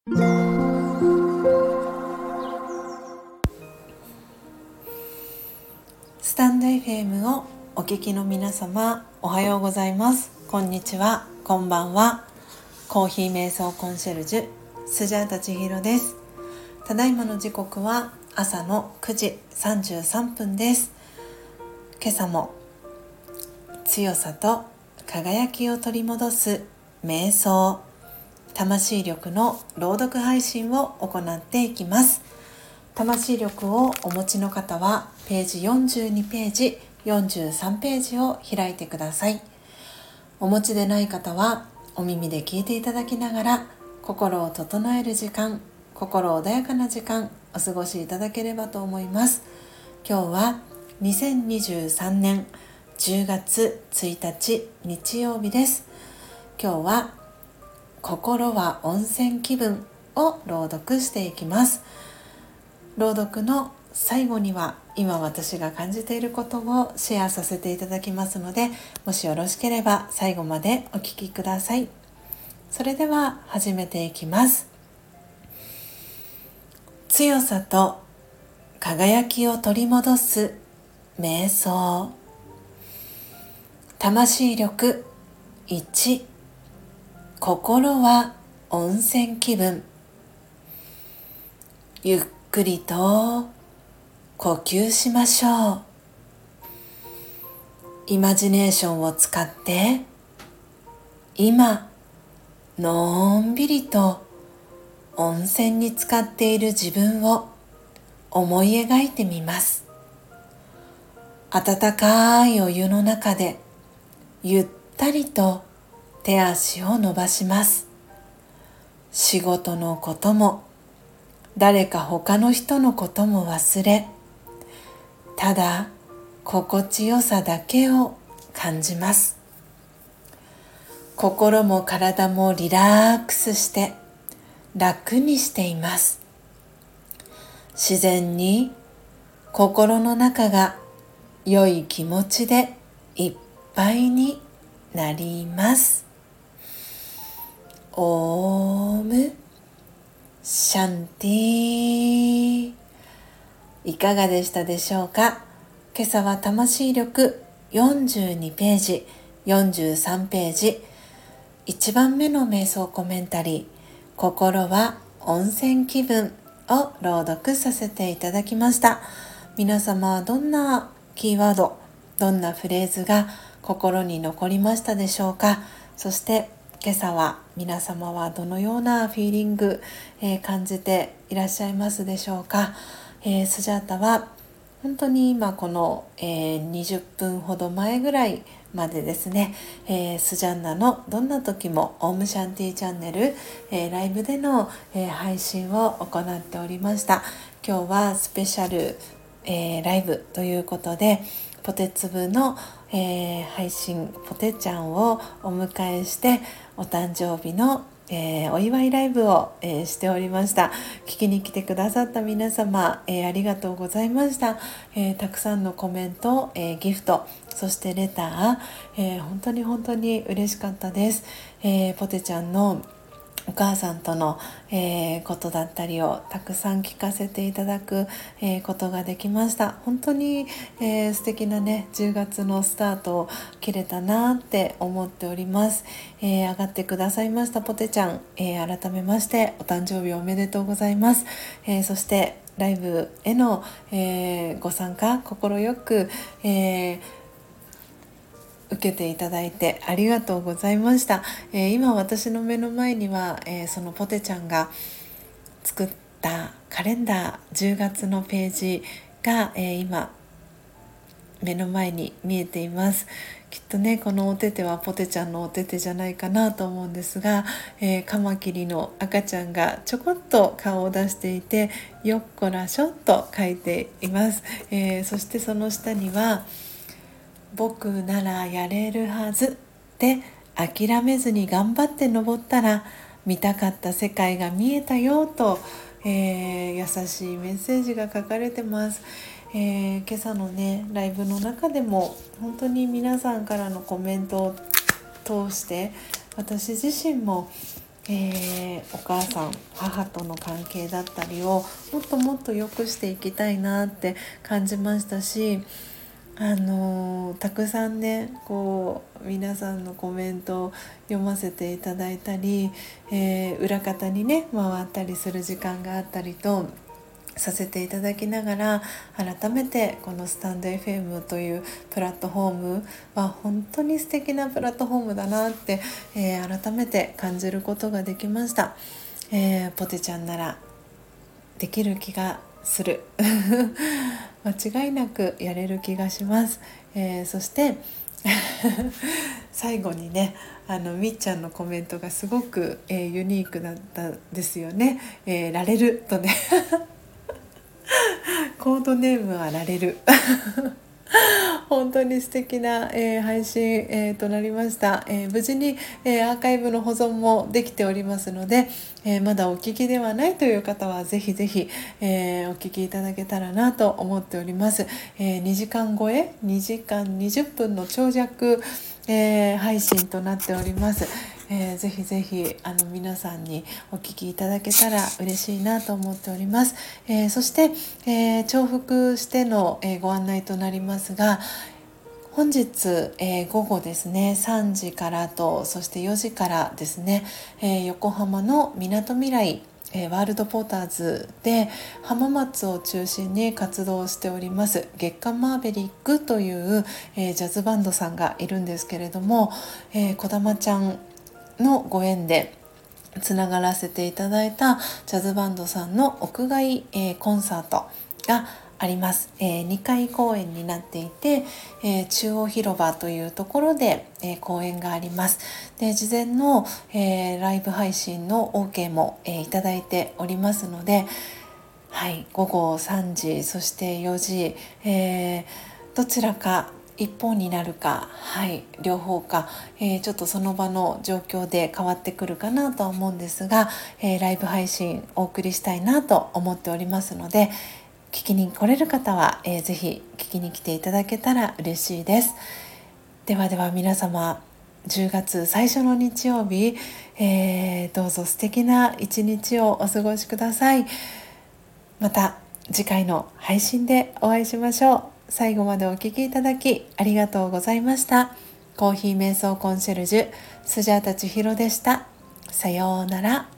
スタンド FM をお聞きの皆様、おはようございます。こんにちは、こんばんは。コーヒー瞑想コンシェルジュスジャータ千尋です。ただいまの時刻は朝の9時33分です。今朝も強さと輝きを取り戻す瞑想、魂力の朗読配信を行っていきます。魂力をお持ちの方はページ42ページ43ページを開いてください。お持ちでない方はお耳で聞いていただきながら、心を整える時間、心穏やかな時間お過ごしいただければと思います。今日は2023年10月1日日曜日です。今日は心は温泉気分を朗読していきます。朗読の最後には今私が感じていることをシェアさせていただきますので、もしよろしければ最後までお聞きください。それでは始めていきます。強さと輝きを取り戻す瞑想。魂力1、心は温泉気分。ゆっくりと呼吸しましょう。イマジネーションを使って今のんびりと温泉に浸かっている自分を思い描いてみます。温かいお湯の中でゆったりと手足を伸ばします。仕事のことも誰か他の人のことも忘れ、ただ心地よさだけを感じます。心も体もリラックスして楽にしています。自然に心の中が良い気持ちでいっぱいになります。オームシャンティ。いかがでしたでしょうか。今朝は魂力42ページ43ページ1番目の瞑想コメンタリー、心は温泉気分を朗読させていただきました。皆様はどんなキーワード、どんなフレーズが心に残りましたでしょうか。そして今朝は皆様はどのようなフィーリング、感じていらっしゃいますでしょうか。スジャータは本当に今この、20分ほど前ぐらいまでですね、スジャンナのどんな時もオームシャンティチャンネル、ライブでの、配信を行っておりました。今日はスペシャル、ライブということでポテツブの、配信ポテちゃんをお迎えしてお誕生日のお祝いライブを、しておりました。聞きに来てくださった皆様、ありがとうございました。たくさんのコメント、ギフト、そしてレター、本当に嬉しかったです。ポテちゃんのお母さんとの、ことだったりをたくさん聞かせていただく、ことができました。本当に、素敵なね10月のスタートを切れたなって思っております。上がってくださいましたポテちゃん、改めましてお誕生日おめでとうございます。そしてライブへの、ご参加心よく、受けていただいてありがとうございました。今私の目の前には、そのポテちゃんが作ったカレンダー10月のページが、今目の前に見えています。きっとねこのお手手はポテちゃんのお手手じゃないかなと思うんですが、カマキリの赤ちゃんがちょこっと顔を出していてよっこらしょと書いています。そしてその下には僕ならやれるはずで諦めずに頑張って登ったら見たかった世界が見えたよと、優しいメッセージが書かれてます。今朝のねライブの中でも本当に皆さんからのコメントを通して私自身もお母さん母との関係だったりをもっともっと良くしていきたいなって感じましたし、たくさんね皆さんのコメントを読ませていただいたり、裏方にね回ったりする時間があったりとさせていただきながら、改めてこのスタンド FM というプラットフォームは本当に素敵なプラットフォームだなって、改めて感じることができました。ポテちゃんならできる気がする間違いなくやれる気がします。そして最後にねみっちゃんのコメントがすごく、ユニークだったですよね。られるとねコードネームはられる本当に素敵な、配信、となりました。無事に、アーカイブの保存もできておりますので、まだお聞きではないという方はぜひぜひ、お聞きいただけたらなと思っております。2時間超え2時間20分の長尺、配信となっております。ぜひぜひ皆さんにお聞きいただけたら嬉しいなと思っております。そして、重複しての、ご案内となりますが、本日、午後ですね3時からとそして4時からですね、横浜のみなとみらいワールドポーターズで浜松を中心に活動しております月刊マーベリックという、ジャズバンドさんがいるんですけれども、こだまちゃんのご縁でつながらせていただいたジャズバンドさんの屋外、コンサートがあります。2回公演になっていて、中央広場というところで、公演があります。で事前の、ライブ配信の OK も、いただいておりますので、はい、午後3時そして4時、どちらか一方になるか、はい、両方か、ちょっとその場の状況で変わってくるかなとは思うんですが、ライブ配信お送りしたいなと思っておりますので、聞きに来れる方は、ぜひ聞きに来ていただけたら嬉しいです。ではでは皆様、10月最初の日曜日、どうぞ素敵な一日をお過ごしください。また次回の配信でお会いしましょう。最後までお聞きいただきありがとうございました。コーヒー瞑想コンシェルジュスジャータ千尋でした。さようなら。